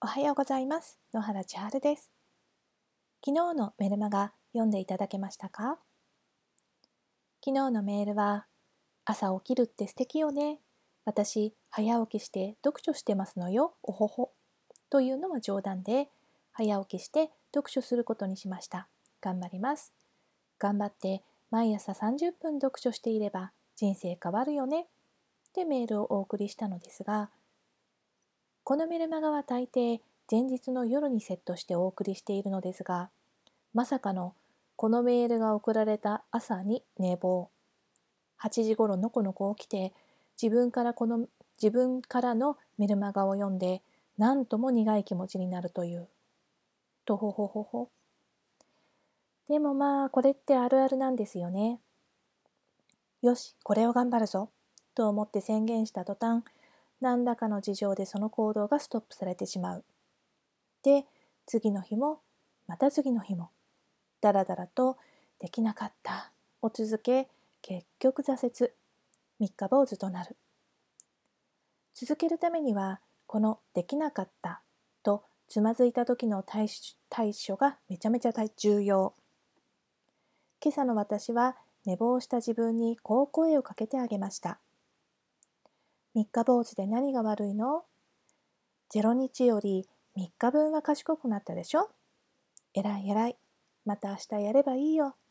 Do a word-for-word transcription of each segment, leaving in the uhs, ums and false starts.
おはようございます。野原千春です。昨日のメルマガ読んでいただけましたか？昨日のメールは、朝起きるって素敵よね。私、早起きして読書してますのよ。おほほ。というのは冗談で、早起きして読書することにしました。頑張ります。頑張って毎朝さんじゅっぷん読書していれば人生変わるよね。ってメールをお送りしたのですが、このメルマガは大抵前日の夜にセットしてお送りしているのですが、まさかのこのメールが送られた朝に寝坊。はちじごろのこのこ起きて、自分からこの自分からのメルマガを読んで、なんとも苦い気持ちになるという。とほほほほ。でもまあ、これってあるあるなんですよね。よし、これを頑張るぞ。と思って宣言した途端、何らかの事情でその行動がストップされてしまう。で、次の日も、また次の日も、だらだらとできなかったを続け、結局挫折、三日坊主となる。続けるためには、このできなかったとつまずいた時の対処がめちゃめちゃ重要。今朝の私は寝坊した自分にこう声をかけてあげました。三日坊主で何が悪いの？ゼロ日より三日分は賢くなったでしょ？えらいえらい。また明日やればいいよ。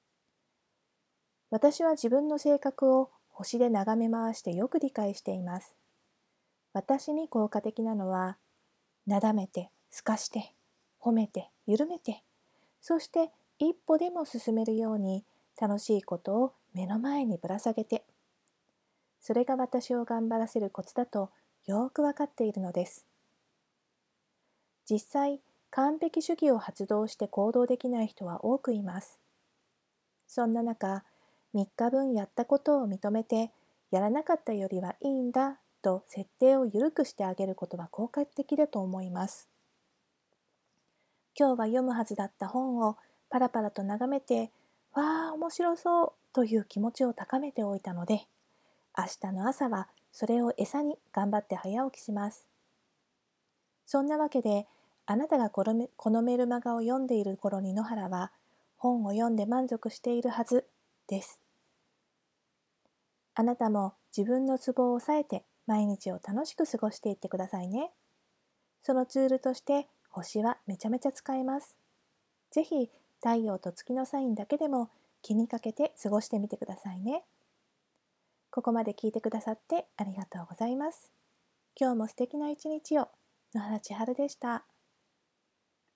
私は自分の性格を星で眺め回してよく理解しています。私に効果的なのは、なだめて、すかして、褒めて、緩めて、そして一歩でも進めるように楽しいことを目の前にぶら下げて、それが私を頑張らせるコツだとよくわかっているのです。実際、完璧主義を発動して行動できない人は多くいます。そんな中、みっかぶんやったことを認めて、やらなかったよりはいいんだと設定を緩くしてあげることは効果的だと思います。今日は読むはずだった本をパラパラと眺めて、わあ面白そうという気持ちを高めておいたので、明日の朝はそれを餌に頑張って早起きします。そんなわけで、あなたがこのこのメルマガを読んでいる頃に野原は本を読んで満足しているはずです。あなたも自分のツボを抑えて毎日を楽しく過ごしていってくださいね。そのツールとして星はめちゃめちゃ使えます。ぜひ太陽と月のサインだけでも気にかけて過ごしてみてくださいね。ここまで聞いてくださってありがとうございます。今日も素敵な一日を。野原千春でした。